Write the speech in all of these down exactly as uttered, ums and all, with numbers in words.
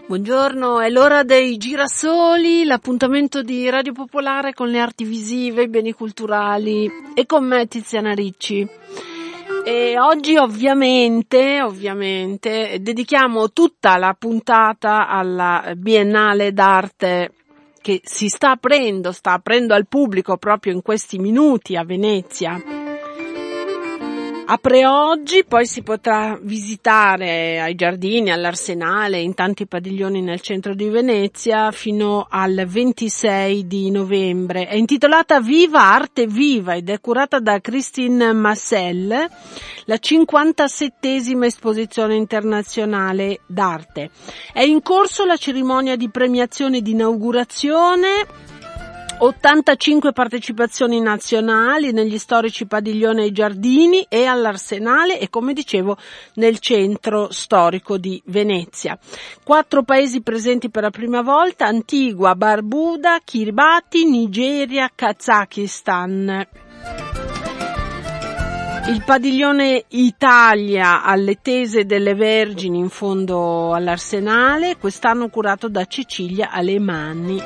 Buongiorno, è l'ora dei girasoli, l'appuntamento di Radio Popolare con le arti visive, i beni culturali e con me Tiziana Ricci. E oggi ovviamente, ovviamente dedichiamo tutta la puntata alla Biennale d'arte che si sta aprendo, sta aprendo al pubblico proprio in questi minuti a Venezia. Apre oggi, poi si potrà visitare ai giardini, all'Arsenale, in tanti padiglioni nel centro di Venezia fino al ventisei di novembre. È intitolata Viva Arte Viva ed è curata da Christine Massel, la cinquantasettesima esposizione internazionale d'arte. È in corso la cerimonia di premiazione di inaugurazione, ottantacinque partecipazioni nazionali negli storici padiglioni ai giardini e all'Arsenale e, come dicevo, nel centro storico di Venezia. Quattro paesi presenti per la prima volta: Antigua, Barbuda, Kiribati, Nigeria, Kazakistan. Il padiglione Italia alle Tese delle Vergini in fondo all'Arsenale, quest'anno curato da Cecilia Alemanni.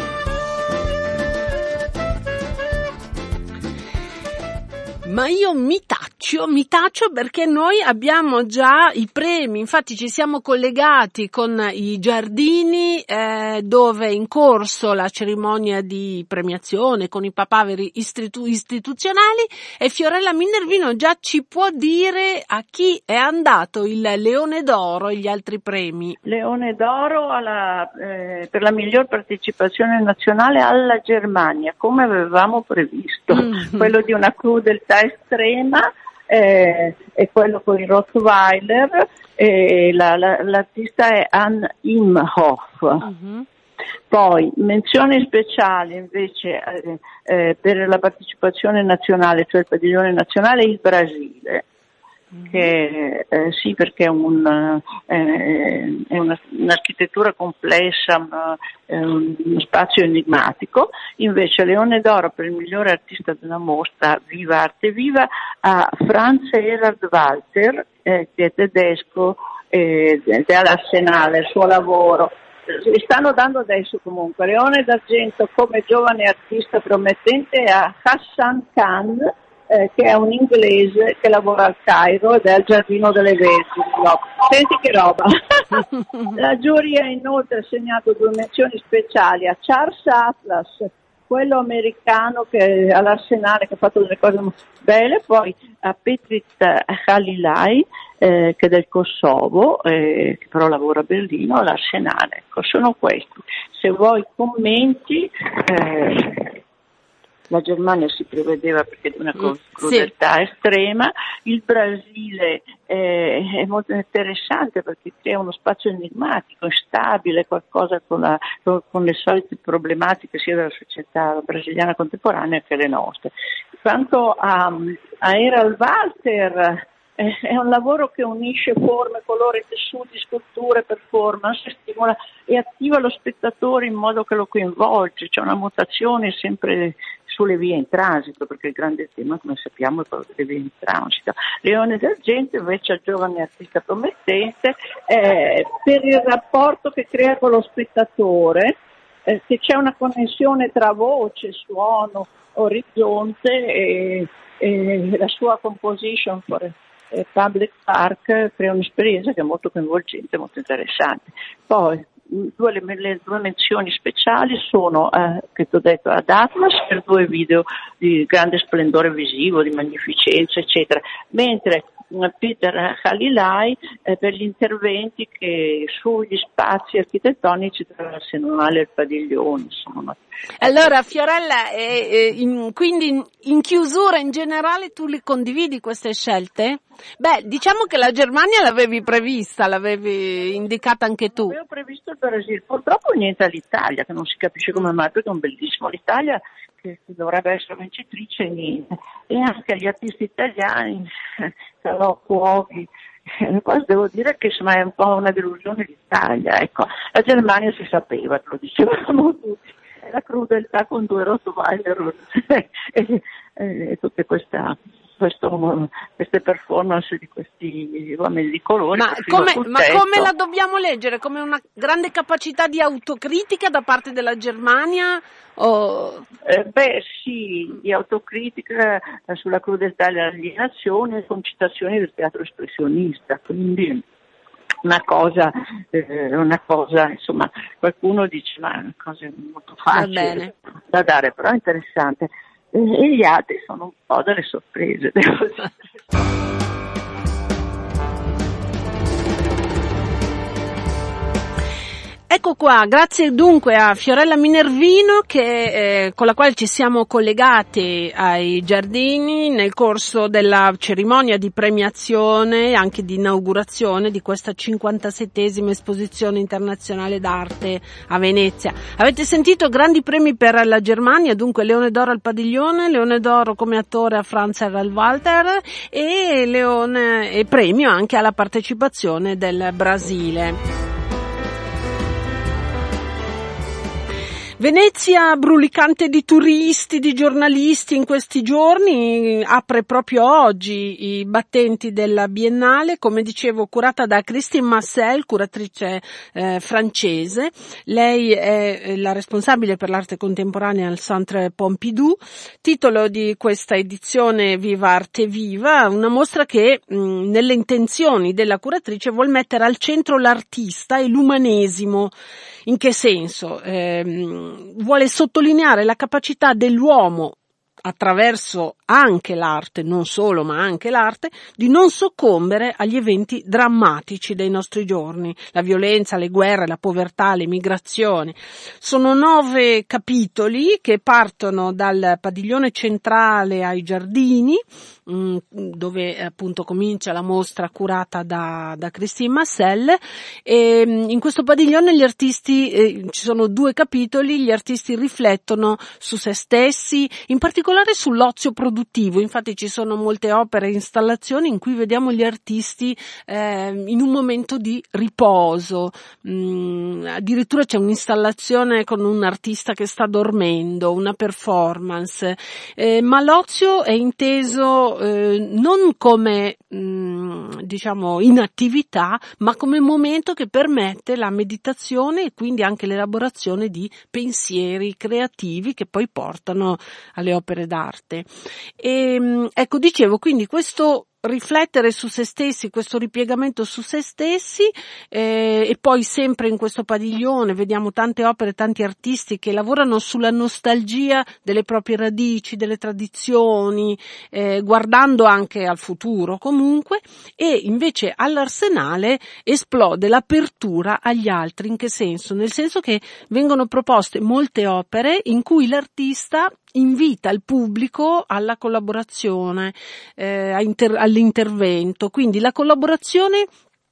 Ma io mi taccio, mi taccio perché noi abbiamo già i premi, infatti ci siamo collegati con i giardini eh, dove è in corso la cerimonia di premiazione con i papaveri istitu- istituzionali e Fiorella Minervino già ci può dire a chi è andato il Leone d'Oro e gli altri premi. Leone d'Oro alla, eh, per la miglior partecipazione nazionale alla Germania, come avevamo previsto, mm-hmm. quello di una crudeltà estrema eh, è quello con i Rottweiler e la, la, l'artista è Anne Imhoff. Mm-hmm. Poi menzione speciale invece eh, eh, per la partecipazione nazionale, cioè il padiglione nazionale, il Brasile. Che eh, sì, perché è, un, eh, è una, un'architettura complessa, una, eh, uno spazio enigmatico. Invece Leone d'Oro per il migliore artista della mostra Viva Arte Viva a Franz Erhard Walter, eh, che è tedesco ed eh, è all'Arsenale il suo lavoro. Mi stanno dando adesso comunque Leone d'Argento come giovane artista promettente a Hassan Khan, Eh, che è un inglese che lavora al Cairo ed è al Giardino delle Vergini. No. Senti che roba! La giuria ha inoltre assegnato due menzioni speciali a Charles Atlas, quello americano che è all'Arsenale, che ha fatto delle cose belle, poi a Petrit Halilay, eh, che è del Kosovo, eh, che però lavora a Berlino, all'Arsenale. Ecco, sono questi. Se vuoi commenti... Eh, La Germania si prevedeva perché di una crudeltà sì. estrema, il Brasile eh, è molto interessante perché crea uno spazio enigmatico, instabile, qualcosa con, la, con, con le solite problematiche sia della società brasiliana contemporanea che le nostre. Quanto a, a Erhard Walter, eh, è un lavoro che unisce forme, colori, tessuti, sculture, performance, stimola e attiva lo spettatore in modo che lo coinvolge, c'è una mutazione sempre sulle vie in transito, perché il grande tema, come sappiamo, è quello delle vie in transito. Leone d'Argento invece è giovane artista promettente eh, per il rapporto che crea con lo spettatore, eh, che c'è una connessione tra voce, suono, orizzonte e, e la sua composition for eh, Public Park crea un'esperienza che è molto coinvolgente, molto interessante. Poi Due, le, le due menzioni speciali sono, eh, che ti ho detto, ad Atlas per due video di grande splendore visivo, di magnificenza, eccetera, mentre eh, Peter Halilay eh, per gli interventi che sugli spazi architettonici tra l'Arsenale e il padiglione. Insomma. Allora Fiorella, eh, eh, in, quindi in, in chiusura in generale tu le condividi queste scelte? Beh, diciamo che la Germania l'avevi prevista, l'avevi indicata anche tu. Avevo previsto il Brasile, purtroppo niente all'Italia, che non si capisce come mai, perché è un bellissimo l'Italia che dovrebbe essere vincitrice, niente. E anche agli artisti italiani, Calò, Cuoghi, poi devo dire che insomma è un po' una delusione l'Italia, ecco. La Germania si sapeva, lo dicevamo tutti, è la crudeltà con due Rottweiler e, e, e tutta questa questo, queste performance di questi uomini di colore. Ma, come, ma come la dobbiamo leggere? Come una grande capacità di autocritica da parte della Germania? O... Eh, beh sì, di autocritica eh, sulla crudeltà e l'alienazione con citazioni del teatro espressionista, quindi una cosa, eh, una cosa, insomma, qualcuno dice ma è una cosa molto facile da dare, però è interessante. Eh, e gli altri sono un po' delle sorprese, devo dire. Ecco qua, grazie dunque a Fiorella Minervino che, eh, con la quale ci siamo collegati ai Giardini nel corso della cerimonia di premiazione e anche di inaugurazione di questa cinquantasettesima esposizione internazionale d'arte a Venezia. Avete sentito grandi premi per la Germania, dunque Leone d'Oro al Padiglione, Leone d'Oro come attore a Franz Erhard Walter e Leone e premio anche alla partecipazione del Brasile. Venezia brulicante di turisti, di giornalisti in questi giorni, apre proprio oggi i battenti della Biennale, come dicevo curata da Christine Massel, curatrice eh, francese. Lei è la responsabile per l'arte contemporanea al Centre Pompidou. Titolo di questa edizione Viva Arte Viva, una mostra che mh, nelle intenzioni della curatrice vuol mettere al centro l'artista e l'umanesimo. In che senso? Eh, vuole sottolineare la capacità dell'uomo attraverso anche l'arte, non solo ma anche l'arte, di non soccombere agli eventi drammatici dei nostri giorni, la violenza, le guerre, la povertà, le migrazioni. Sono nove capitoli che partono dal padiglione centrale ai Giardini, dove appunto comincia la mostra curata da, da Christine Massel, e in questo padiglione gli artisti, eh, ci sono due capitoli, gli artisti riflettono su se stessi, in particolare sull'ozio produttivo. Infatti ci sono molte opere e installazioni in cui vediamo gli artisti eh, in un momento di riposo, mm, addirittura c'è un'installazione con un artista che sta dormendo, una performance, eh, ma l'ozio è inteso Eh, non come mh, diciamo inattività, ma come momento che permette la meditazione e quindi anche l'elaborazione di pensieri creativi che poi portano alle opere d'arte. E, mh, ecco, dicevo, quindi questo riflettere su se stessi, questo ripiegamento su se stessi, eh, e poi sempre in questo padiglione vediamo tante opere, tanti artisti che lavorano sulla nostalgia delle proprie radici, delle tradizioni, eh, guardando anche al futuro comunque, e invece all'Arsenale esplode l'apertura agli altri. In che senso? Nel senso che vengono proposte molte opere in cui l'artista invita il pubblico alla collaborazione, eh, a inter- all'intervento, quindi la collaborazione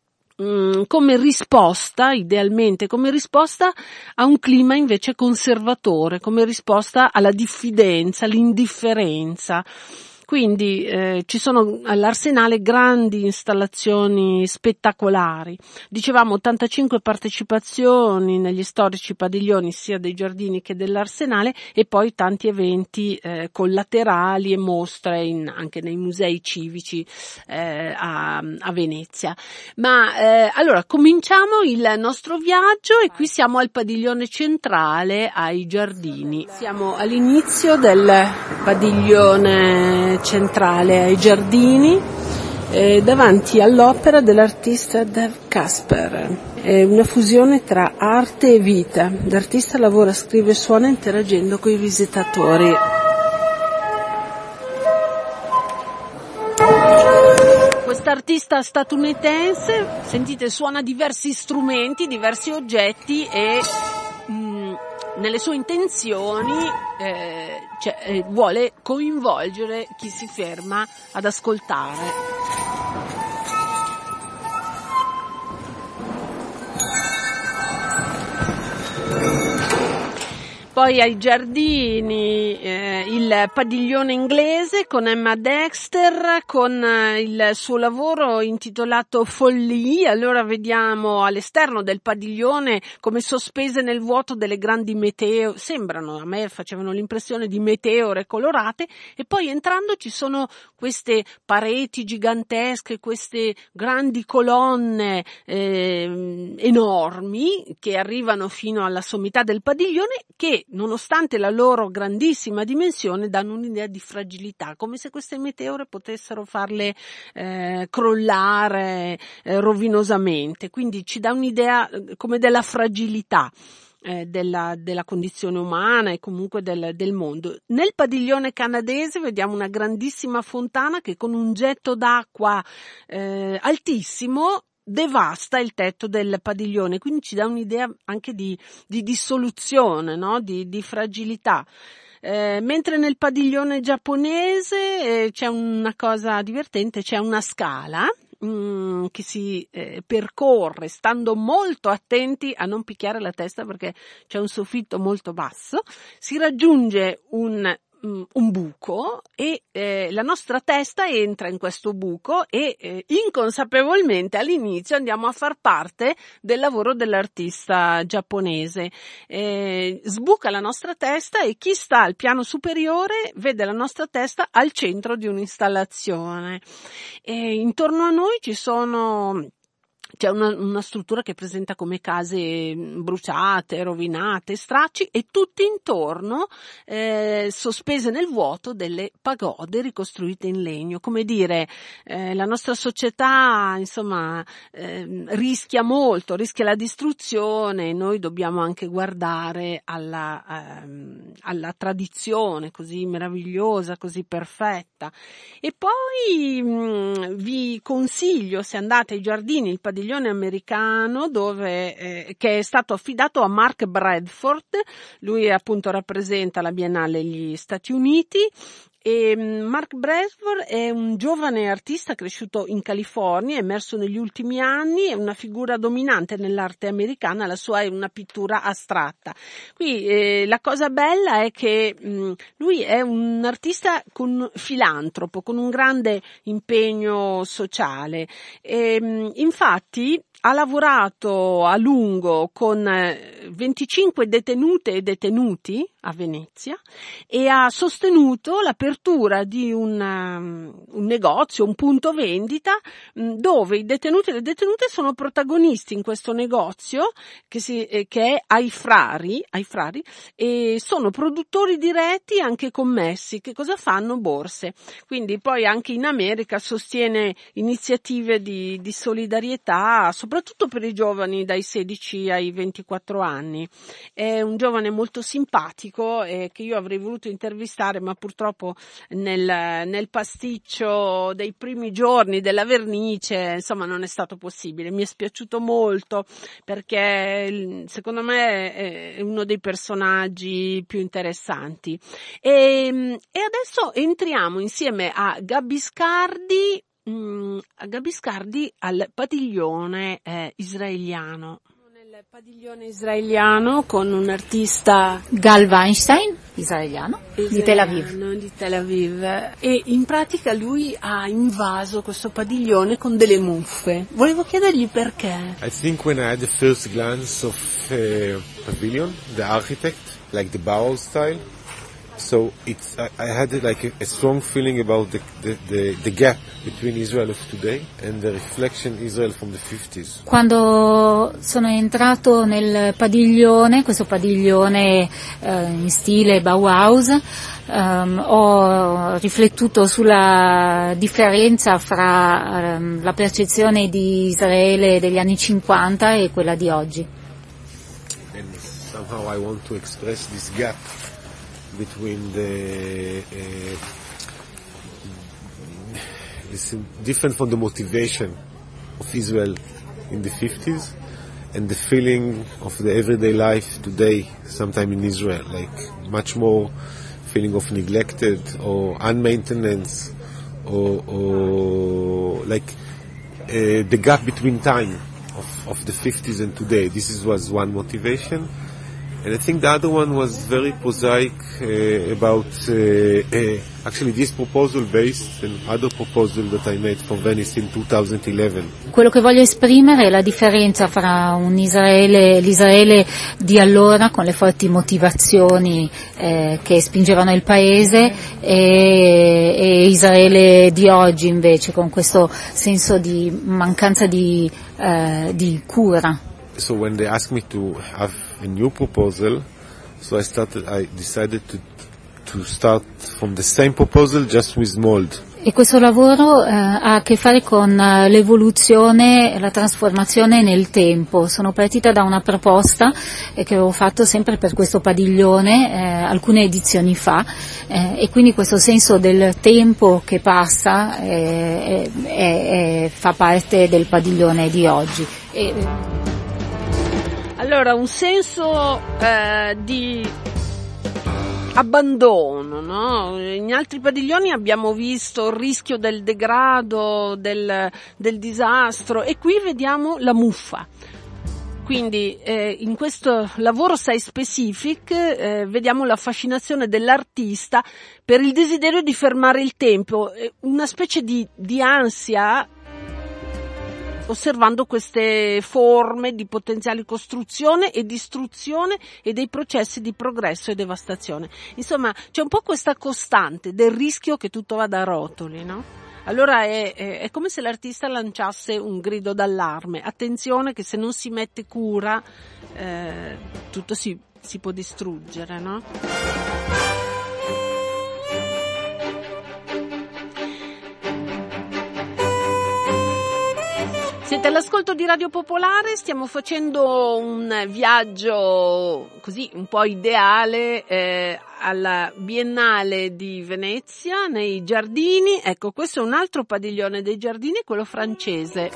mh, come risposta, idealmente come risposta a un clima invece conservatore, come risposta alla diffidenza, all'indifferenza. Quindi eh, ci sono all'Arsenale grandi installazioni spettacolari. Dicevamo ottantacinque partecipazioni negli storici padiglioni sia dei Giardini che dell'Arsenale, e poi tanti eventi eh, collaterali e mostre in, anche nei musei civici eh, a, a Venezia. Ma eh, allora cominciamo il nostro viaggio e qui siamo al padiglione centrale ai Giardini. Siamo all'inizio del padiglione centrale ai Giardini, eh, davanti all'opera dell'artista Dave Casper. È una fusione tra arte e vita. L'artista lavora, scrive e suona interagendo con i visitatori. Quest'artista statunitense, sentite, suona diversi strumenti, diversi oggetti e mh, nelle sue intenzioni eh, cioè, eh, vuole coinvolgere chi si ferma ad ascoltare. Poi ai Giardini eh, il padiglione inglese con Emma Dexter, con eh, il suo lavoro intitolato Folie. Allora vediamo all'esterno del padiglione come sospese nel vuoto delle grandi meteore, sembrano, a me facevano l'impressione di meteore colorate, e poi entrando ci sono queste pareti gigantesche, queste grandi colonne eh, enormi che arrivano fino alla sommità del padiglione, che nonostante la loro grandissima dimensione danno un'idea di fragilità, come se queste meteore potessero farle eh, crollare eh, rovinosamente. Quindi ci dà un'idea eh, come della fragilità eh, della, della condizione umana e comunque del, del mondo. Nel padiglione canadese vediamo una grandissima fontana che con un getto d'acqua eh, altissimo devasta il tetto del padiglione, quindi ci dà un'idea anche di, di dissoluzione, no? di, di fragilità. Eh, mentre nel padiglione giapponese eh, c'è una cosa divertente, c'è una scala mm, che si eh, percorre stando molto attenti a non picchiare la testa perché c'è un soffitto molto basso, si raggiunge un un buco e eh, la nostra testa entra in questo buco e eh, inconsapevolmente all'inizio andiamo a far parte del lavoro dell'artista giapponese. Eh, sbuca la nostra testa e chi sta al piano superiore vede la nostra testa al centro di un'installazione. E intorno a noi ci sono C'è una, una struttura che presenta come case bruciate, rovinate, stracci, e tutti intorno eh, sospese nel vuoto delle pagode ricostruite in legno. Come dire, eh, la nostra società insomma eh, rischia molto, rischia la distruzione, e noi dobbiamo anche guardare alla, ehm, alla tradizione così meravigliosa, così perfetta. E poi mh, vi consiglio, se andate ai Giardini, il padiglione americano dove eh, che è stato affidato a Mark Bradford. Lui appunto rappresenta la Biennale degli Stati Uniti. E Mark Bradford è un giovane artista cresciuto in California, emerso negli ultimi anni, è una figura dominante nell'arte americana, la sua è una pittura astratta. Qui eh, la cosa bella è che mh, lui è un artista con filantropo, con un grande impegno sociale. E, mh, infatti ha lavorato a lungo con venticinque detenute e detenuti a Venezia e ha sostenuto l'apertura di un, um, un negozio, un punto vendita, mh, dove i detenuti e le detenute sono protagonisti in questo negozio che, si, eh, che è ai frari, ai frari e sono produttori diretti anche commessi. Che cosa fanno? Borse. Quindi poi anche in America sostiene iniziative di, di solidarietà, soprattutto per i giovani dai sedici ai ventiquattro anni. È un giovane molto simpatico eh, che io avrei voluto intervistare, ma purtroppo nel, nel pasticcio dei primi giorni della vernice insomma non è stato possibile. Mi è spiaciuto molto perché secondo me è uno dei personaggi più interessanti. E, e adesso entriamo insieme a Gabby Scardi a Gabby Scardi al padiglione eh, israeliano. Nel padiglione israeliano con un artista, Gal Weinstein, israeliano, israeliano di Tel Aviv. di Tel Aviv. E in pratica lui ha invaso questo padiglione con delle muffe. Volevo chiedergli perché. I think when I had the first glance of uh, pavilion, the architect, like the Bauhaus style, so it's I, I had like a, a strong feeling about the, the the the gap between Israel of today and the reflection Israel from the fifties. Quando sono entrato nel padiglione, questo padiglione eh, in stile Bauhaus, um, ho riflettuto sulla differenza fra um, la percezione di Israele degli anni cinquanta e quella di oggi. And somehow I want to express this gap between the uh, this different from the motivation of Israel in the fifties and the feeling of the everyday life today, sometime in Israel, like much more feeling of neglected or unmaintenance or, or like uh, the gap between time of, of the fifties and today. This is, was one motivation. And I think the other one was very prosaic uh, about uh, uh, actually this proposal based on other proposal that I made for Venice in twenty eleven. Quello che voglio esprimere è la differenza fra un Israele, l'Israele di allora con le forti motivazioni eh, che spingevano il paese e, e Israele di oggi invece con questo senso di mancanza di, eh, di cura. So when they asked me to have a new proposal, so I started, I decided to to start from the same proposal just with mold. E questo lavoro eh, ha a che fare con uh, l'evoluzione e la trasformazione nel tempo. Sono partita da una proposta eh, che avevo fatto sempre per questo padiglione eh, alcune edizioni fa eh, e quindi questo senso del tempo che passa eh, eh, eh, fa parte del padiglione di oggi. E, Allora, un senso eh, di abbandono, no? In altri padiglioni abbiamo visto il rischio del degrado, del, del disastro, e qui vediamo la muffa. Quindi eh, in questo lavoro Site Specific eh, vediamo la fascinazione dell'artista per il desiderio di fermare il tempo, una specie di, di ansia osservando queste forme di potenziale costruzione e distruzione e dei processi di progresso e devastazione. Insomma, c'è un po' questa costante del rischio che tutto vada a rotoli, no? Allora è, è, è come se l'artista lanciasse un grido d'allarme. Attenzione che se non si mette cura eh, tutto si, si può distruggere, no? Siete all'ascolto di Radio Popolare, stiamo facendo un viaggio così un po' ideale eh, alla Biennale di Venezia, nei giardini. Ecco, questo è un altro padiglione dei giardini, quello francese.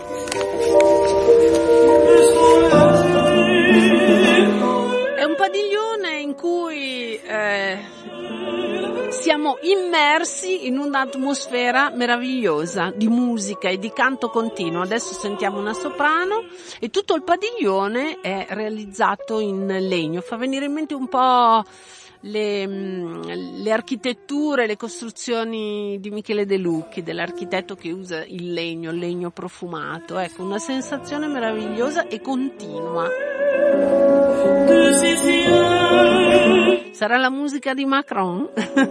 È un padiglione in cui eh, siamo immersi in un'atmosfera meravigliosa di musica e di canto continuo. Adesso sentiamo una soprano e tutto il padiglione è realizzato in legno. Fa venire in mente un po' le, le architetture, le costruzioni di Michele De Lucchi, dell'architetto che usa il legno, il legno profumato. Ecco, una sensazione meravigliosa e continua. Sarà la musica di Macron?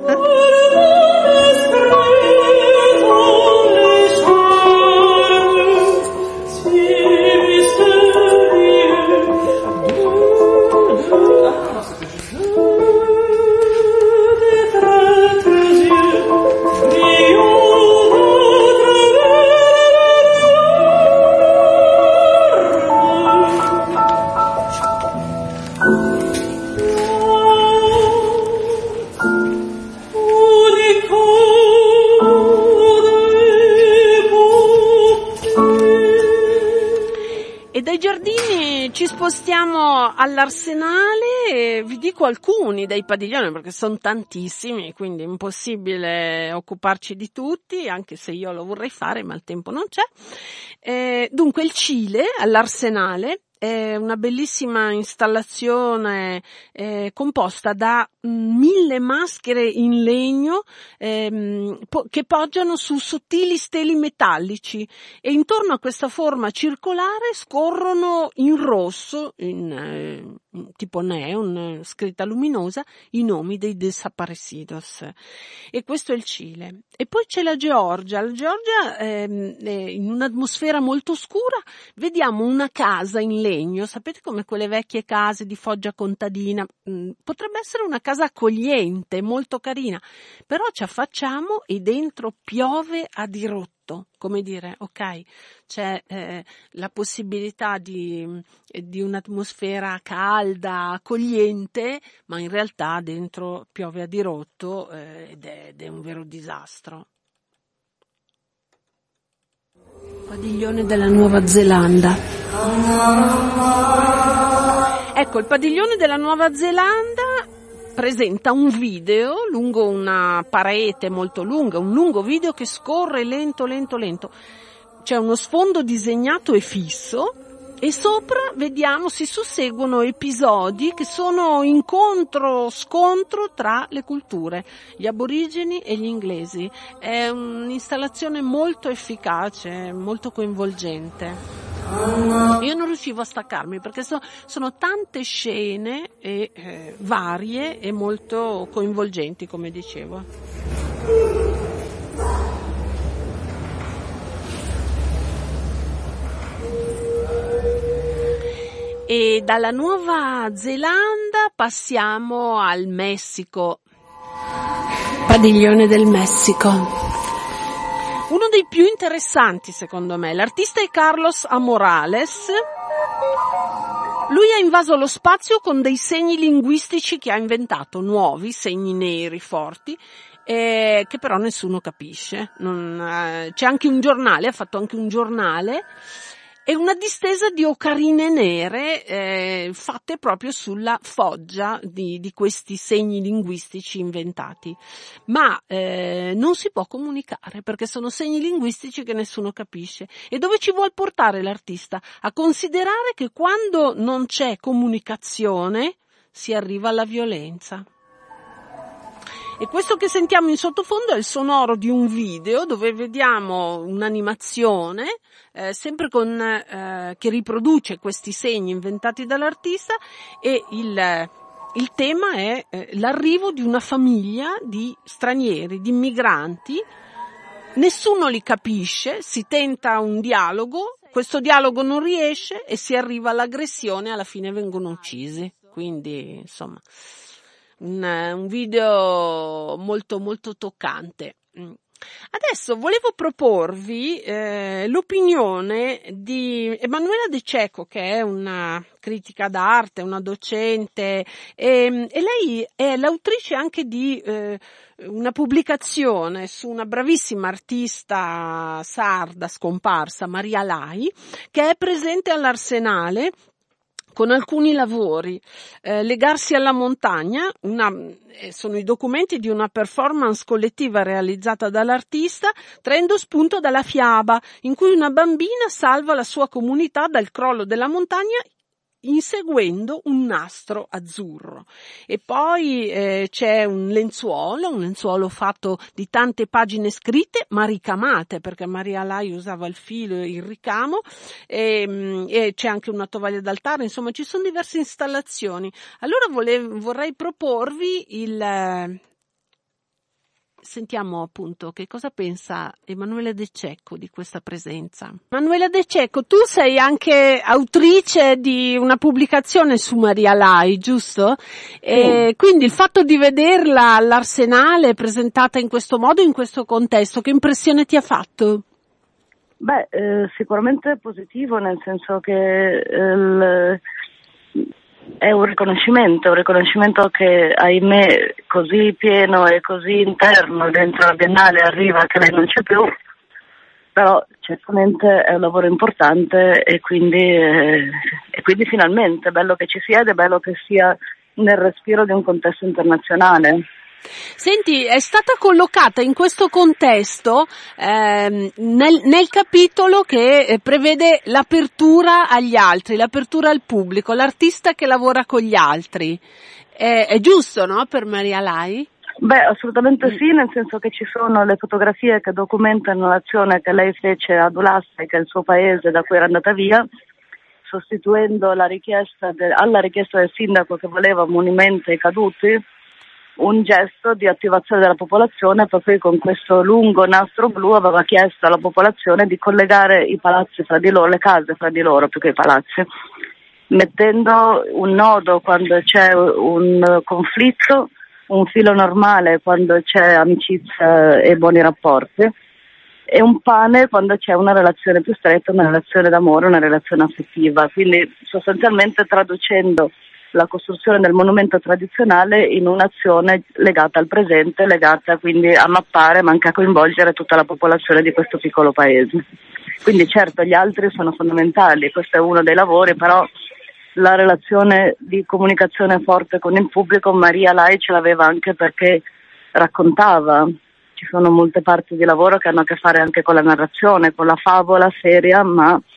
E dai giardini ci spostiamo all'Arsenale, vi dico alcuni dei padiglioni perché sono tantissimi, quindi è impossibile occuparci di tutti, anche se io lo vorrei fare ma il tempo non c'è. Eh, dunque il Cile all'Arsenale è una bellissima installazione eh, composta da mh, mille maschere in legno ehm, po- che poggiano su sottili steli metallici e intorno a questa forma circolare scorrono in rosso, in eh, tipo neon, scritta luminosa, i nomi dei desaparecidos. E questo è il Cile. E poi c'è la Georgia. La Georgia ehm, eh, in un'atmosfera molto scura vediamo una casa in legno, sapete come quelle vecchie case di foggia contadina, mm, potrebbe essere una casa accogliente, molto carina, però ci affacciamo e dentro piove a dirotto, come dire, ok, c'è eh, la possibilità di, di un'atmosfera calda, accogliente, ma in realtà dentro piove a dirotto eh, ed, è, ed è un vero disastro. Padiglione della Nuova Zelanda. Ecco, il padiglione della Nuova Zelanda presenta un video lungo una parete molto lunga, un lungo video che scorre lento, lento, lento. C'è uno sfondo disegnato e fisso E sopra vediamo si susseguono episodi che sono incontro-scontro tra le culture, gli aborigeni e gli inglesi. È un'installazione molto efficace, molto coinvolgente. Io non riuscivo a staccarmi perché so, sono tante scene e, eh, varie e molto coinvolgenti, come dicevo. E dalla Nuova Zelanda passiamo al Messico. Padiglione del Messico. Uno dei più interessanti secondo me. L'artista è Carlos A. Morales. Lui ha invaso lo spazio con dei segni linguistici che ha inventato, nuovi, segni neri forti, eh, che però nessuno capisce. Non, eh, c'è anche un giornale, ha fatto anche un giornale, e una distesa di ocarine nere eh, fatte proprio sulla foggia di, di questi segni linguistici inventati. Ma eh, non si può comunicare perché sono segni linguistici che nessuno capisce. E dove ci vuol portare l'artista? A considerare che quando non c'è comunicazione si arriva alla violenza. E questo che sentiamo in sottofondo è il sonoro di un video dove vediamo un'animazione eh, sempre con eh, che riproduce questi segni inventati dall'artista, e il, il tema è eh, l'arrivo di una famiglia di stranieri, di immigranti. Nessuno li capisce, si tenta un dialogo, questo dialogo non riesce e si arriva all'aggressione, alla fine vengono uccisi. Quindi, insomma, Un, un video molto molto toccante. Adesso volevo proporvi eh, l'opinione di Emanuela De Cecco, che è una critica d'arte, una docente, e, e lei è l'autrice anche di eh, una pubblicazione su una bravissima artista sarda scomparsa, Maria Lai, che è presente all'Arsenale con alcuni lavori. Eh, Legarsi alla montagna, una, eh, sono i documenti di una performance collettiva realizzata dall'artista, traendo spunto dalla fiaba in cui una bambina salva la sua comunità dal crollo della montagna inseguendo un nastro azzurro. E poi eh, c'è un lenzuolo, un lenzuolo fatto di tante pagine scritte ma ricamate, perché Maria Lai usava il filo e il ricamo, e, e c'è anche una tovaglia d'altare, insomma ci sono diverse installazioni. Allora volevo, vorrei proporvi il... Sentiamo appunto che cosa pensa Emanuela De Cecco di questa presenza. Emanuela De Cecco, tu sei anche autrice di una pubblicazione su Maria Lai, giusto? E sì. Quindi il fatto di vederla all'Arsenale presentata in questo modo, in questo contesto, che impressione ti ha fatto? Beh, eh, sicuramente positivo, nel senso che eh, è un riconoscimento, un riconoscimento che ahimè così pieno e così interno dentro la Biennale arriva che lei non c'è più, però certamente è un lavoro importante e quindi, eh, e quindi finalmente è bello che ci sia ed è bello che sia nel respiro di un contesto internazionale. Senti, è stata collocata in questo contesto ehm, nel, nel capitolo che prevede l'apertura agli altri, l'apertura al pubblico, l'artista che lavora con gli altri. È, è giusto, no, per Maria Lai? Beh, assolutamente sì, nel senso che ci sono le fotografie che documentano l'azione che lei fece ad Ulasta, che è il suo paese da cui era andata via, sostituendo la richiesta de, alla richiesta del sindaco che voleva monumenti ai caduti, un gesto di attivazione della popolazione, proprio con questo lungo nastro blu aveva chiesto alla popolazione di collegare i palazzi fra di loro, le case fra di loro più che i palazzi, mettendo un nodo quando c'è un conflitto, un filo normale quando c'è amicizia e buoni rapporti, e un pane quando c'è una relazione più stretta, una relazione d'amore, una relazione affettiva. Quindi sostanzialmente traducendo la costruzione del monumento tradizionale in un'azione legata al presente, legata quindi a mappare ma anche a coinvolgere tutta la popolazione di questo piccolo paese. Quindi certo gli altri sono fondamentali, questo è uno dei lavori, però la relazione di comunicazione forte con il pubblico Maria Lai ce l'aveva anche perché raccontava. Ci sono molte parti di lavoro che hanno a che fare anche con la narrazione, con la favola seria, ma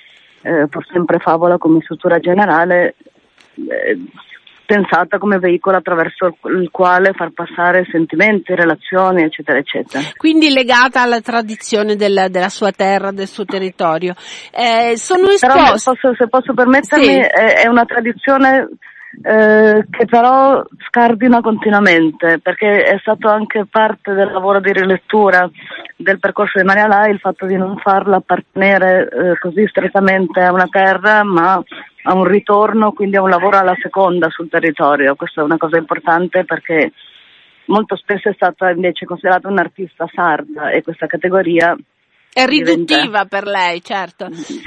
eh, pur sempre favola come struttura generale, eh, pensata come veicolo attraverso il quale far passare sentimenti, relazioni, eccetera, eccetera. Quindi legata alla tradizione del, della sua terra, del suo territorio. Eh, sono esposti... Però posso, se posso permettermi, sì. è, è una tradizione eh, che però scardina continuamente, perché è stato anche parte del lavoro di rilettura del percorso di Maria Lai il fatto di non farla appartenere eh, così strettamente a una terra, ma a un ritorno, quindi a un lavoro alla seconda sul territorio. Questa è una cosa importante perché molto spesso è stata invece considerata un'artista sarda e questa categoria è riduttiva diventa... per lei, certo.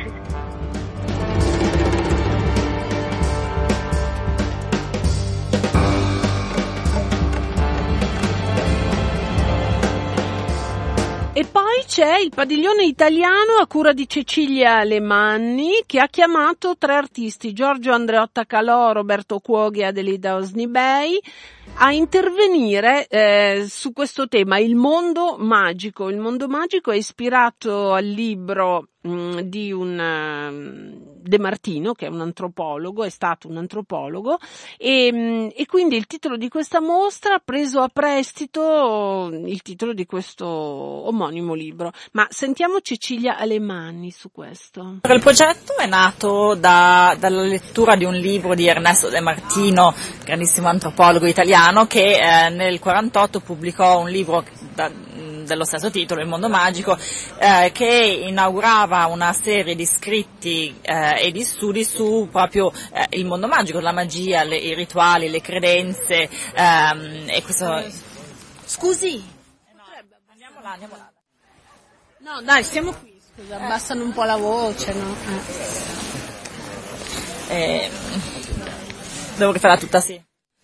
E poi c'è il padiglione italiano a cura di Cecilia Alemanni, che ha chiamato tre artisti, Giorgio Andreotta Calò, Roberto Cuoghi e Adelida Osnibei, a intervenire eh, su questo tema, il mondo magico. Il mondo magico è ispirato al libro mh, di un uh, De Martino, che è un antropologo, è stato un antropologo, e, mh, e quindi il titolo di questa mostra ha preso a prestito il titolo di questo omonimo libro. Ma sentiamo Cecilia Alemanni su questo. Il progetto è nato da, dalla lettura di un libro di Ernesto De Martino, grandissimo antropologo italiano, che eh, nel quarantotto pubblicò un libro da, dello stesso titolo, Il mondo magico, eh, che inaugurava una serie di scritti eh, e di studi su proprio eh, il mondo magico, la magia, le, i rituali, le credenze ehm, e questo... Scusi? No, andiamo là, andiamo là. No, dai, siamo qui, scusa, abbassano un po' la voce, no? Eh. Eh, devo rifarla tutta sì.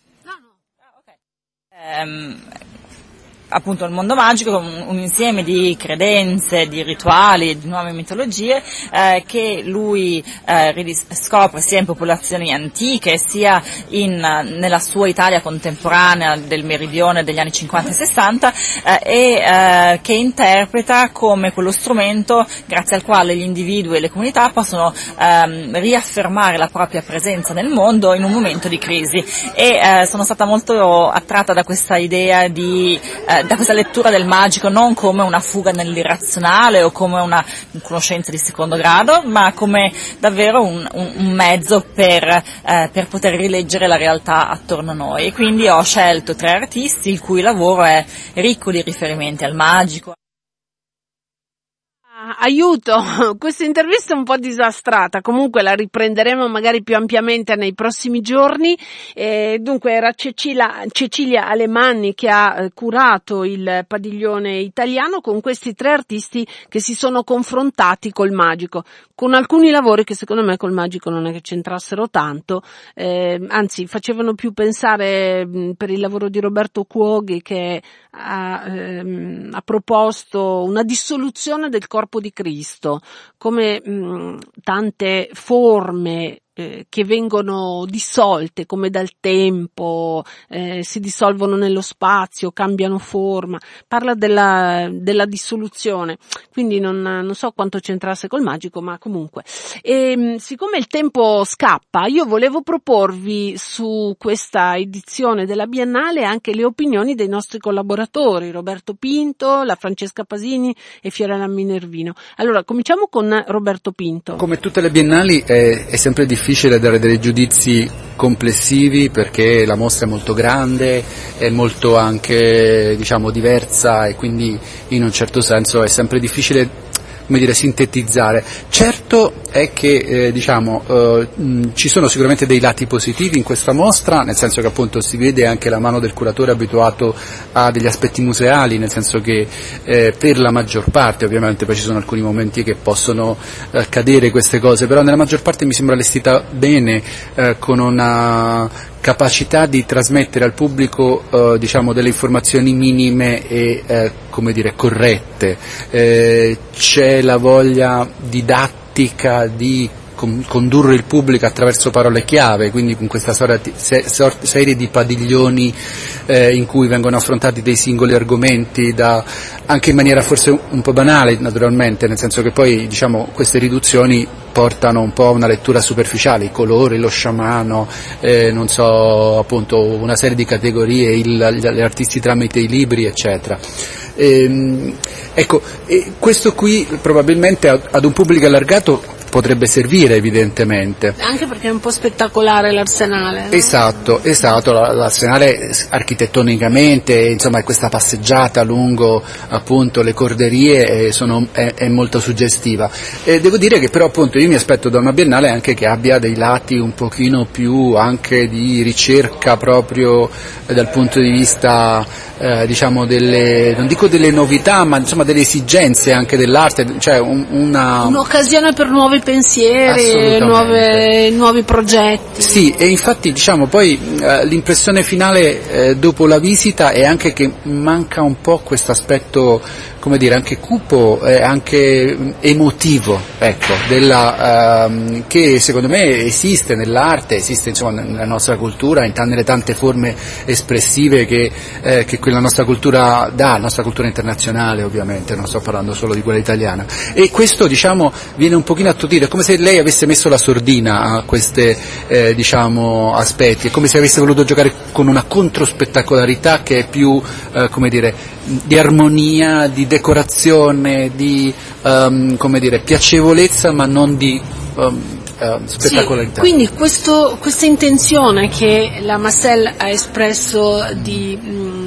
Um, appunto il mondo magico, un, un insieme di credenze, di rituali, di nuove mitologie eh, che lui eh, ridis- scopre sia in popolazioni antiche sia in, nella sua Italia contemporanea del meridione degli anni cinquanta e sessanta eh, e eh, che interpreta come quello strumento grazie al quale gli individui e le comunità possono ehm, riaffermare la propria presenza nel mondo in un momento di crisi, e eh, sono stata molto attratta da questa idea di eh, da questa lettura del magico non come una fuga nell'irrazionale o come una conoscenza di secondo grado, ma come davvero un, un, un mezzo per, eh, per poter rileggere la realtà attorno a noi. E quindi ho scelto tre artisti il cui lavoro è ricco di riferimenti al magico. Aiuto, questa intervista è un po' disastrata, comunque la riprenderemo magari più ampiamente nei prossimi giorni. Eh, dunque era Cecilia, Cecilia Alemanni che ha eh, curato il padiglione italiano con questi tre artisti che si sono confrontati col magico, con alcuni lavori che secondo me col magico non è che c'entrassero tanto, eh, anzi facevano più pensare mh, per il lavoro di Roberto Cuoghi, che ha, ehm, ha proposto una dissoluzione del corpo di Cristo, come mh, tante forme eh, che vengono dissolte, come dal tempo, eh, si dissolvono nello spazio, cambiano forma, parla della, della dissoluzione, quindi non, non so quanto c'entrasse col magico, ma comunque. E, mh, siccome il tempo scappa, io volevo proporvi su questa edizione della Biennale anche le opinioni dei nostri collaboratori, Roberto Pinto, la Francesca Pasini e Fiorella Minervino. Allora, cominciamo con Roberto Pinto. Come tutte le biennali è, è sempre difficile dare dei giudizi complessivi perché la mostra è molto grande, è molto anche, diciamo, diversa, e quindi in un certo senso è sempre difficile, come dire, sintetizzare. Certo è che eh, diciamo eh, mh, ci sono sicuramente dei lati positivi in questa mostra, nel senso che appunto si vede anche la mano del curatore abituato a degli aspetti museali, nel senso che eh, per la maggior parte, ovviamente poi ci sono alcuni momenti che possono eh, cadere queste cose, però nella maggior parte mi sembra allestita bene, eh, con una capacità di trasmettere al pubblico eh, diciamo delle informazioni minime e eh, come dire corrette. Eh, c'è la voglia didattica di con, condurre il pubblico attraverso parole chiave, quindi con questa sorta, se, sort, serie di padiglioni eh, in cui vengono affrontati dei singoli argomenti, da, anche in maniera forse un po' banale naturalmente, nel senso che poi diciamo queste riduzioni portano un po' a una lettura superficiale, i colori, lo sciamano, eh, non so, appunto una serie di categorie, il, gli artisti tramite i libri, eccetera. Ehm, ecco, e questo qui probabilmente ad un pubblico allargato potrebbe servire, evidentemente. Anche perché è un po' spettacolare l'Arsenale, no? Esatto, esatto, l'Arsenale architettonicamente, insomma, è questa passeggiata lungo appunto le corderie, eh, sono, è, è molto suggestiva. E devo dire che però appunto io mi aspetto da una biennale anche che abbia dei lati un pochino più anche di ricerca proprio eh, dal punto di vista eh, diciamo delle, non dico delle novità, ma insomma delle esigenze anche dell'arte, cioè un, una... un'occasione per nuovi pensieri, nuove, nuovi progetti. Sì, e infatti diciamo poi eh, l'impressione finale eh, dopo la visita è anche che manca un po' questo aspetto, come dire, anche cupo e eh, anche emotivo, ecco, della, ehm, che secondo me esiste nell'arte, esiste insomma nella nostra cultura, in t- nelle tante forme espressive che, eh, che quella nostra cultura dà, la nostra cultura internazionale ovviamente, non sto parlando solo di quella italiana, e questo diciamo viene un pochino attutito, è come se lei avesse messo la sordina a questi eh, diciamo aspetti, è come se avesse voluto giocare con una controspettacolarità che è più eh, come dire di armonia, di decorazione, di um, come dire piacevolezza, ma non di um, uh, spettacolarità. Sì, quindi questo, questa intenzione che la Marcel ha espresso di mh,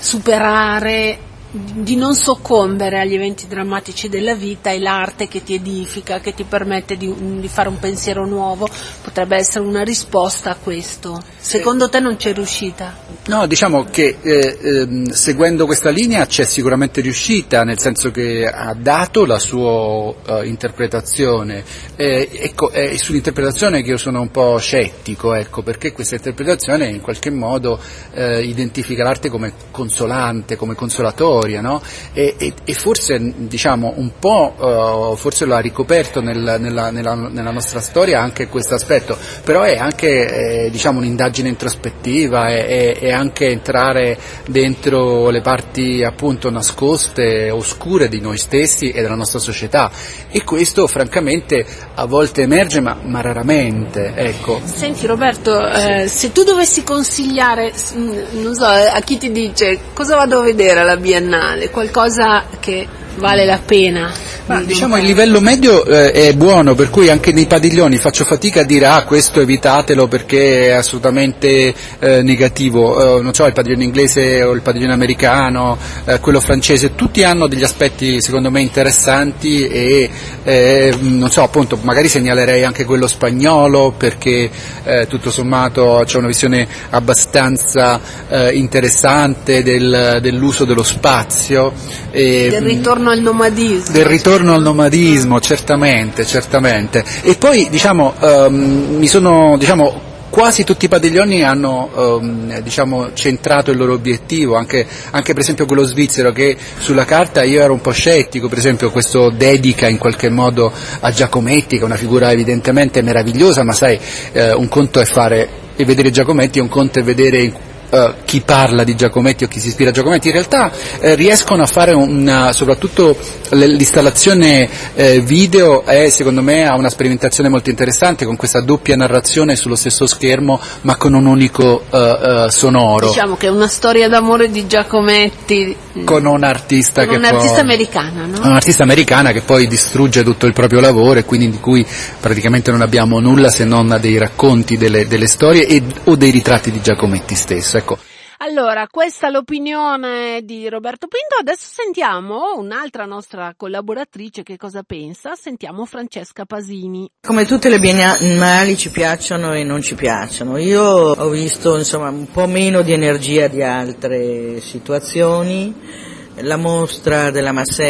superare, di non soccombere agli eventi drammatici della vita, è l'arte che ti edifica, che ti permette di, di fare un pensiero nuovo, potrebbe essere una risposta a questo. Secondo te non c'è riuscita? No, diciamo che eh, ehm, seguendo questa linea c'è sicuramente riuscita, nel senso che ha dato la sua eh, interpretazione, eh, ecco, è sull'interpretazione che io sono un po' scettico, ecco, perché questa interpretazione in qualche modo eh, identifica l'arte come consolante, come consolatoria, no? E, e, e forse diciamo un po' uh, forse lo ha ricoperto nel, nella, nella, nella nostra storia anche questo aspetto, però è anche eh, diciamo un'indagine introspettiva, è, è anche entrare dentro le parti appunto nascoste, oscure di noi stessi e della nostra società, e questo francamente a volte emerge ma, ma raramente, ecco. Senti Roberto, eh, se tu dovessi consigliare, non so, a chi ti dice cosa vado a vedere alla Biennale, qualcosa che vale la pena? Ma, diciamo il livello medio eh, è buono, per cui anche nei padiglioni faccio fatica a dire ah questo evitatelo perché è assolutamente eh, negativo, eh, non so, il padiglione inglese o il padiglione americano, eh, quello francese, tutti hanno degli aspetti secondo me interessanti e eh, non so, appunto magari segnalerei anche quello spagnolo perché eh, tutto sommato c'è una visione abbastanza eh, interessante del, dell'uso dello spazio e, del ritorno al nomadismo. Del ritorno al nomadismo, certamente, certamente. E poi diciamo um, mi sono diciamo quasi tutti i padiglioni hanno um, diciamo centrato il loro obiettivo, anche, anche per esempio quello svizzero che sulla carta io ero un po' scettico, per esempio questo dedica in qualche modo a Giacometti, che è una figura evidentemente meravigliosa, ma sai eh, un conto è fare e vedere Giacometti, un conto è vedere Uh, chi parla di Giacometti o chi si ispira a Giacometti. In realtà eh, riescono a fare una, soprattutto l'installazione eh, video è secondo me ha una sperimentazione molto interessante con questa doppia narrazione sullo stesso schermo ma con un unico uh, uh, sonoro. Diciamo che è una storia d'amore di Giacometti con un artista con che un'artista poi, americana, no? Un'artista americana che poi distrugge tutto il proprio lavoro e quindi di cui praticamente non abbiamo nulla se non dei racconti delle, delle storie e, o dei ritratti di Giacometti stesso. Ecco. Allora, questa è l'opinione di Roberto Pinto. Adesso sentiamo un'altra nostra collaboratrice che cosa pensa. Sentiamo Francesca Pasini. Come tutte le biennali ci piacciono e non ci piacciono. Io ho visto insomma un po' meno di energia di altre situazioni. La mostra della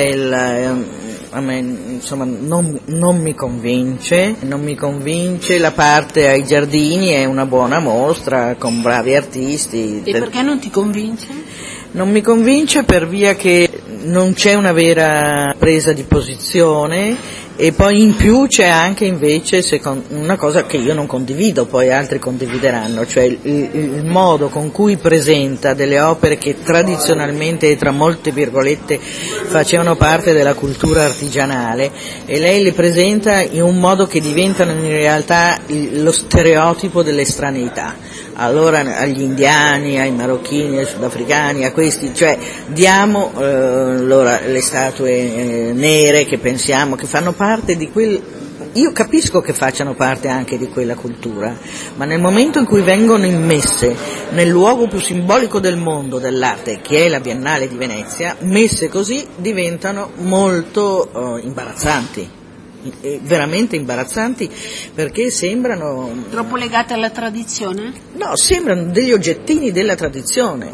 Marcel a me insomma non, non mi convince, non mi convince, la parte ai giardini è una buona mostra con bravi artisti. E perché non ti convince? Non mi convince per via che non c'è una vera presa di posizione. E poi in più c'è anche invece una cosa che io non condivido, poi altri condivideranno, cioè il, il modo con cui presenta delle opere che tradizionalmente e tra molte virgolette facevano parte della cultura artigianale, e lei le presenta in un modo che diventano in realtà lo stereotipo dell'estraneità. Allora agli indiani, ai marocchini, ai sudafricani, a questi, cioè diamo eh, allora, le statue eh, nere che pensiamo che fanno parte di quel, io capisco che facciano parte anche di quella cultura, ma nel momento in cui vengono immesse nel luogo più simbolico del mondo dell'arte, che è la Biennale di Venezia, messe così diventano molto eh, imbarazzanti. Veramente imbarazzanti, perché sembrano troppo legate alla tradizione? No, sembrano degli oggettini della tradizione,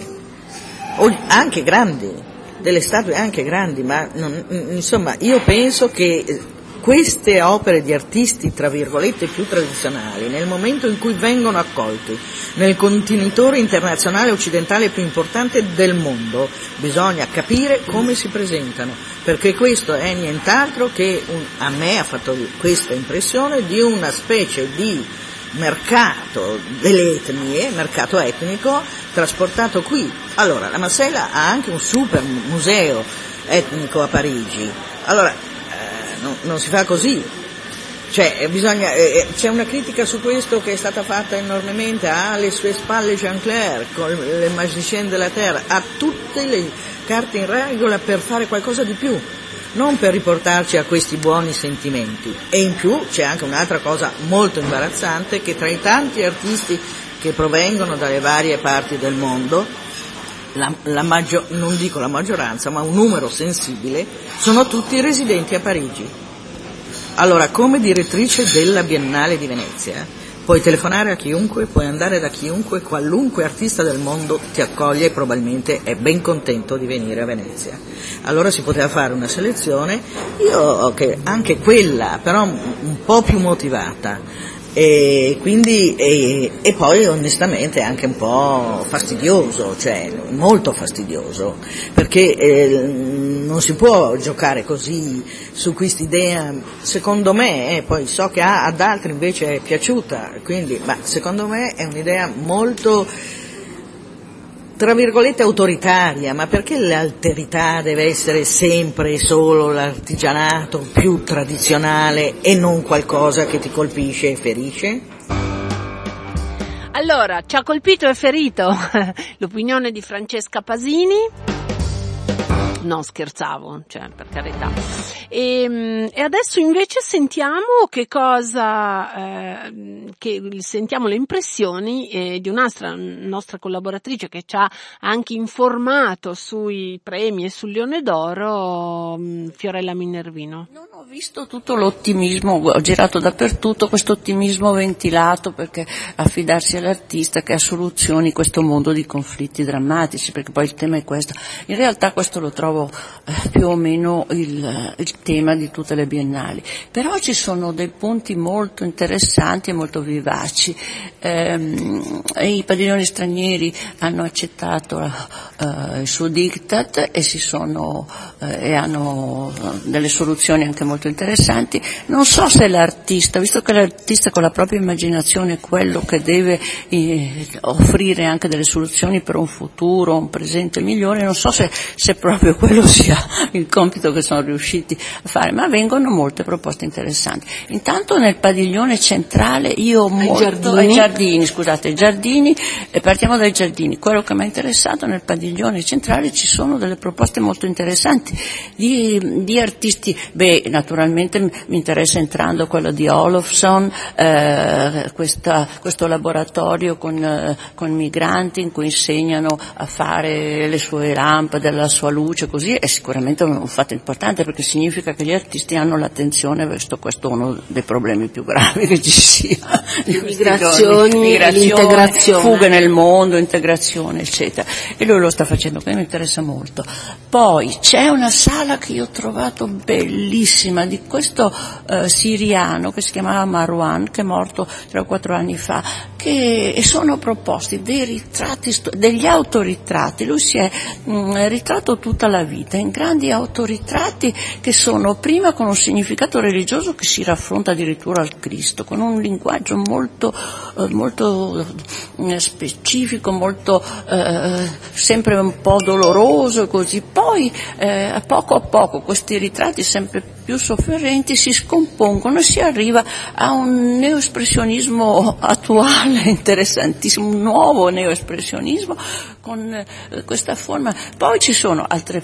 anche grandi, delle statue anche grandi, ma non, insomma io penso che queste opere di artisti tra virgolette più tradizionali, nel momento in cui vengono accolti nel contenitore internazionale occidentale più importante del mondo, bisogna capire come si presentano, perché questo è nient'altro che un, a me ha fatto questa impressione di una specie di mercato delle etnie, mercato etnico trasportato qui. Allora, la Masella ha anche un super museo etnico a Parigi, allora No, non si fa così, cioè bisogna, eh, c'è una critica su questo che è stata fatta enormemente, ha alle sue spalle Jean-Clair con le Magicienne de la Terre, ha tutte le carte in regola per fare qualcosa di più, non per riportarci a questi buoni sentimenti. E in più c'è anche un'altra cosa molto imbarazzante, che tra i tanti artisti che provengono dalle varie parti del mondo, La, la maggio, non dico la maggioranza, ma un numero sensibile, sono tutti residenti a Parigi. Allora, come direttrice della Biennale di Venezia, puoi telefonare a chiunque, puoi andare da chiunque, qualunque artista del mondo ti accoglie e probabilmente è ben contento di venire a Venezia. Allora si poteva fare una selezione, io che anche quella, però un po' più motivata. E quindi e, e poi onestamente anche un po' fastidioso, cioè molto fastidioso, perché eh, non si può giocare così su quest'idea, secondo me, eh, poi so che a, ad altri invece è piaciuta, quindi, ma secondo me è un'idea molto tra virgolette autoritaria, ma perché l'alterità deve essere sempre solo l'artigianato più tradizionale e non qualcosa che ti colpisce e ferisce? Allora, ci ha colpito e ferito l'opinione di Francesca Pasini. No, scherzavo, cioè, per carità. E, e adesso invece sentiamo che cosa, eh, che sentiamo le impressioni eh, di un'altra nostra collaboratrice che ci ha anche informato sui premi e sul Leone d'Oro, Fiorella Minervino. Non ho visto tutto l'ottimismo, ho girato dappertutto questo ottimismo ventilato, perché affidarsi all'artista che ha soluzioni in questo mondo di conflitti drammatici, perché poi il tema è questo. In realtà questo lo trovo eh, più o meno il, il tema di tutte le biennali, però ci sono dei punti molto interessanti e molto vivaci. Ehm, i padiglioni stranieri hanno accettato eh, il suo diktat e si sono eh, e hanno delle soluzioni anche molto interessanti. Non so se l'artista, visto che l'artista con la propria immaginazione è quello che deve eh, offrire anche delle soluzioni per un futuro, un presente migliore, non so se, se proprio quello sia il compito che sono riusciti a fare, ma vengono molte proposte interessanti. Intanto nel padiglione centrale io ai molto, giardini. ai giardini, scusate, ai giardini, eh, partiamo dai giardini. Quello che mi ha interessato nel padiglione centrale, ci sono delle proposte molto interessanti di, di artisti. Beh, naturalmente mi interessa entrando quello di Olofsson, eh, questa, questo laboratorio con, eh, con migranti in cui insegnano a fare le sue lampade, la sua luce, così è sicuramente un fatto importante, perché significa che gli artisti hanno l'attenzione verso questo, uno dei problemi più gravi che ci sia, di migrazioni, migrazione, l'integrazione, fughe nel mondo, integrazione, eccetera. E lui lo sta facendo, che mi interessa molto. Poi c'è una sala che io ho trovato bellissima di questo eh, siriano che si chiamava Marwan, che è morto tre o quattro anni fa, che sono proposti dei ritratti, degli autoritratti. Lui si è mh, ritratto tutta la vita in grandi autoritratti che sono prima con un significato religioso che si raffronta addirittura al Cristo, con un linguaggio molto, eh, molto eh, specifico, molto eh, sempre un po' doloroso e così. Poi eh, poco a poco questi ritratti sempre più sofferenti si scompongono e si arriva a un neoespressionismo attuale, interessantissimo, un nuovo neoespressionismo con eh, questa forma. Poi ci sono altre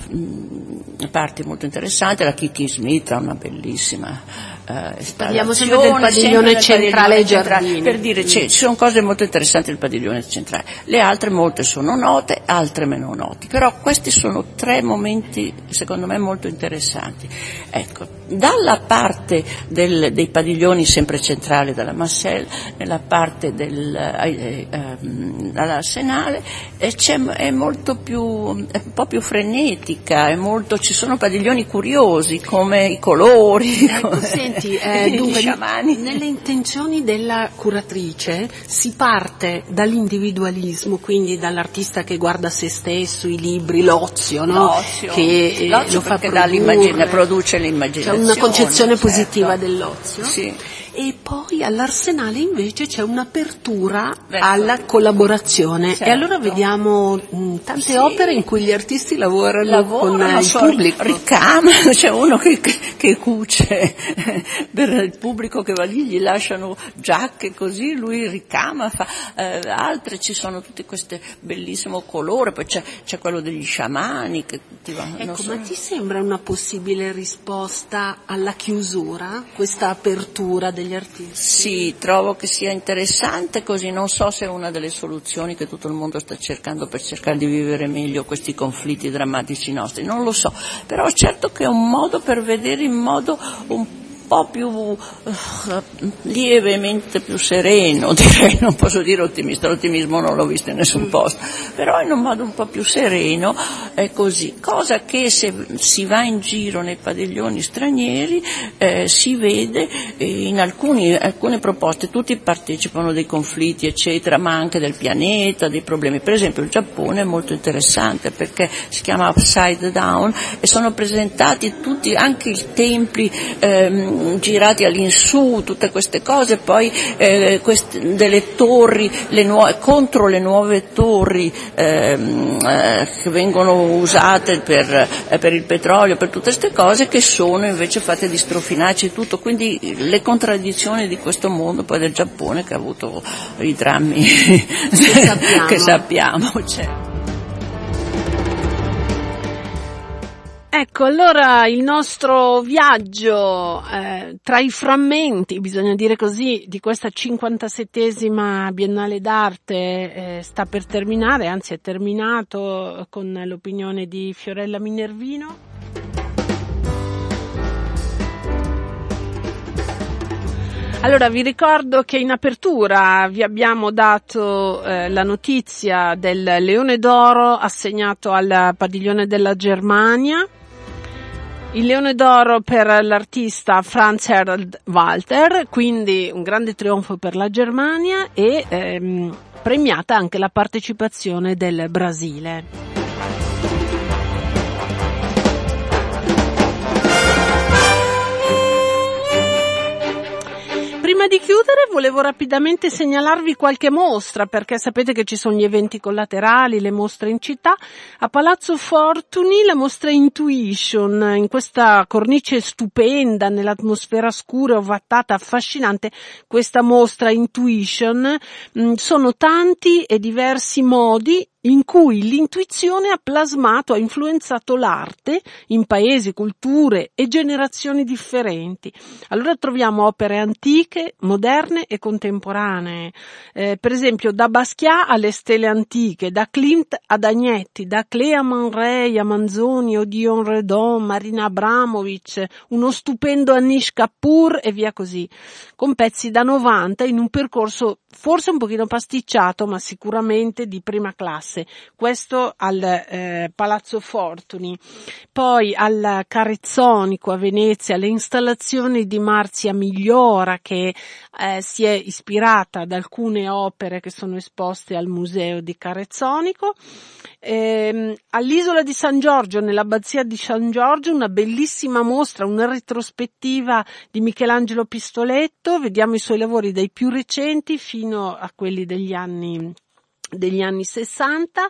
mh, parti molto interessanti, la Kiki Smith ha una bellissima Uh, parliamo sempre del padiglione sempre centrale ai Giardini, per dire mm. ci sono cose molto interessanti nel padiglione centrale, le altre molte sono note, altre meno note, però questi sono tre momenti secondo me molto interessanti. Ecco, dalla parte del, dei padiglioni sempre centrali dalla Marcelle, nella parte del eh, eh, dall'Arsenale eh, c'è, è molto più, è un po' più frenetica, è molto, ci sono padiglioni curiosi come i colori, ecco, come, senti, Eh, dunque, nelle intenzioni della curatrice si parte dall'individualismo, quindi dall'artista che guarda se stesso, i libri, l'ozio, no? L'ozio, che l'ozio lo fa produrre, produce l'immaginazione. C'è una concezione certo. positiva dell'ozio. Sì. E poi all'Arsenale invece c'è un'apertura Verso. alla collaborazione, certo. E allora vediamo mh, tante sì. opere in cui gli artisti lavorano, lavorano con il pubblico, ricamano, c'è uno che, che cuce per il pubblico che va lì, gli lasciano giacche così, lui ricama, fa eh, altre, ci sono tutte queste bellissimo colore, poi c'è, c'è quello degli sciamani che ti va, ecco, so. ma ti sembra una possibile risposta alla chiusura, questa apertura degli artisti? Sì, trovo che sia interessante, così non so se è una delle soluzioni che tutto il mondo sta cercando per cercare di vivere meglio questi conflitti drammatici nostri, non lo so, però certo che è un modo per vedere in modo un po' più uh, lievemente più sereno, direi, non posso dire ottimista, l'ottimismo non l'ho visto in nessun posto, però in un modo un po' più sereno è così, cosa che se si va in giro nei padiglioni stranieri eh, si vede eh, in alcuni, alcune proposte, tutti partecipano dei conflitti eccetera, ma anche del pianeta, dei problemi. Per esempio il Giappone è molto interessante perché si chiama Upside Down e sono presentati tutti, anche i templi ehm, girati all'insù, tutte queste cose, poi eh, queste, delle torri, le nuove, contro le nuove torri ehm, eh, che vengono usate per, eh, per il petrolio, per tutte queste cose che sono invece fatte di strofinacci e tutto, quindi le contraddizioni di questo mondo, poi del Giappone che ha avuto i drammi che sappiamo, che sappiamo certo. Ecco, allora il nostro viaggio eh, tra i frammenti, bisogna dire così, di questa cinquantasettesima Biennale d'Arte eh, sta per terminare, anzi è terminato con l'opinione di Fiorella Minervino. Allora vi ricordo che in apertura vi abbiamo dato eh, la notizia del Leone d'Oro assegnato al Padiglione della Germania. Il Leone d'Oro per l'artista Franz Harald Walter, quindi un grande trionfo per la Germania e ehm, premiata anche la partecipazione del Brasile. Prima di chiudere volevo rapidamente segnalarvi qualche mostra, perché sapete che ci sono gli eventi collaterali, le mostre in città. A Palazzo Fortuny la mostra Intuition, in questa cornice stupenda, nell'atmosfera scura, ovattata, affascinante, questa mostra Intuition, mh, sono tanti e diversi modi in cui l'intuizione ha plasmato, ha influenzato l'arte in paesi, culture e generazioni differenti. Allora troviamo opere antiche, moderne e contemporanee, eh, per esempio da Basquiat alle stele antiche, da Klimt ad Agnetti, da Klee a Man Ray, a Manzoni, Odeon Redon, Marina Abramovic, uno stupendo Anish Kapoor e via così, con pezzi da novanta in un percorso forse un pochino pasticciato ma sicuramente di prima classe. danze, questo al eh, Palazzo Fortuny. Poi al Carezzonico a Venezia le installazioni di Marzia Migliora, che eh, si è ispirata ad alcune opere che sono esposte al Museo di Carezzonico. Eh, all'Isola di San Giorgio, nell'abbazia di San Giorgio, una bellissima mostra, una retrospettiva di Michelangelo Pistoletto. Vediamo i suoi lavori dai più recenti fino a quelli degli anni degli anni sessanta.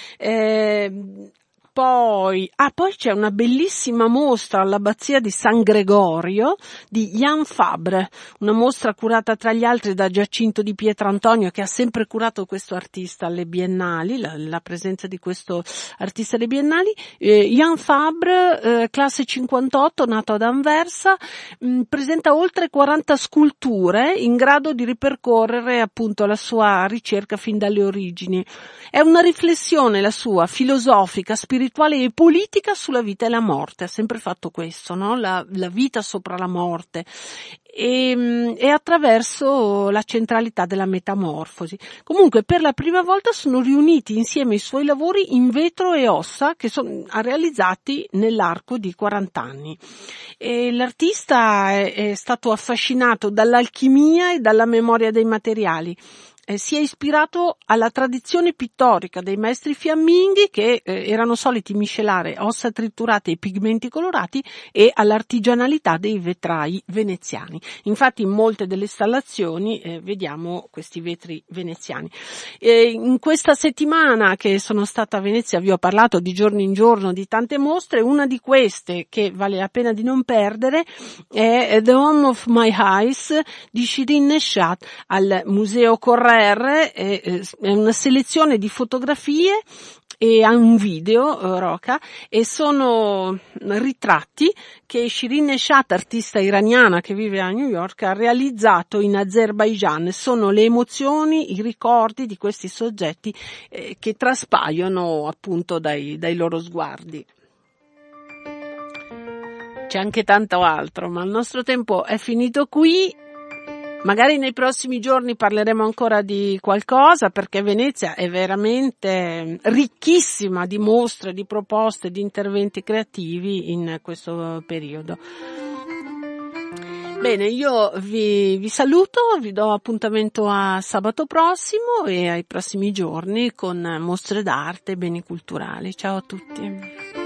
Eh, Poi, ah, poi c'è una bellissima mostra all'abbazia di San Gregorio di Jan Fabre, una mostra curata tra gli altri da Giacinto Di Pietrantonio, che ha sempre curato questo artista alle biennali, la, la presenza di questo artista alle biennali. Eh, Jan Fabre, eh, classe cinquantotto, nato ad Anversa, mh, presenta oltre quaranta sculture in grado di ripercorrere appunto la sua ricerca fin dalle origini. È una riflessione la sua, filosofica, spirituale e politica sulla vita e la morte. Ha sempre fatto questo, no? La, la vita sopra la morte. E, e attraverso la centralità della metamorfosi. Comunque per la prima volta sono riuniti insieme i suoi lavori in vetro e ossa, che sono realizzati nell'arco di quaranta anni. E l'artista è, è stato affascinato dall'alchimia e dalla memoria dei materiali. Eh, si è ispirato alla tradizione pittorica dei maestri fiamminghi, che eh, erano soliti miscelare ossa triturate e pigmenti colorati, e all'artigianalità dei vetrai veneziani. Infatti in molte delle installazioni eh, vediamo questi vetri veneziani. Eh, in questa settimana che sono stata a Venezia vi ho parlato di giorno in giorno di tante mostre. Una di queste che vale la pena di non perdere è The Home of My Eyes di Shirin Neshat al Museo Correre. È una selezione di fotografie e ha un video, uh, Roca, e sono ritratti che Shirin Neshat, artista iraniana che vive a New York, ha realizzato in Azerbaigian. Sono le emozioni, i ricordi di questi soggetti eh, che traspaiono appunto dai, dai loro sguardi. C'è anche tanto altro, ma il nostro tempo è finito qui. Magari nei prossimi giorni parleremo ancora di qualcosa, perché Venezia è veramente ricchissima di mostre, di proposte, di interventi creativi in questo periodo. Bene, io vi, vi saluto, vi do appuntamento a sabato prossimo e ai prossimi giorni con mostre d'arte e beni culturali. Ciao a tutti.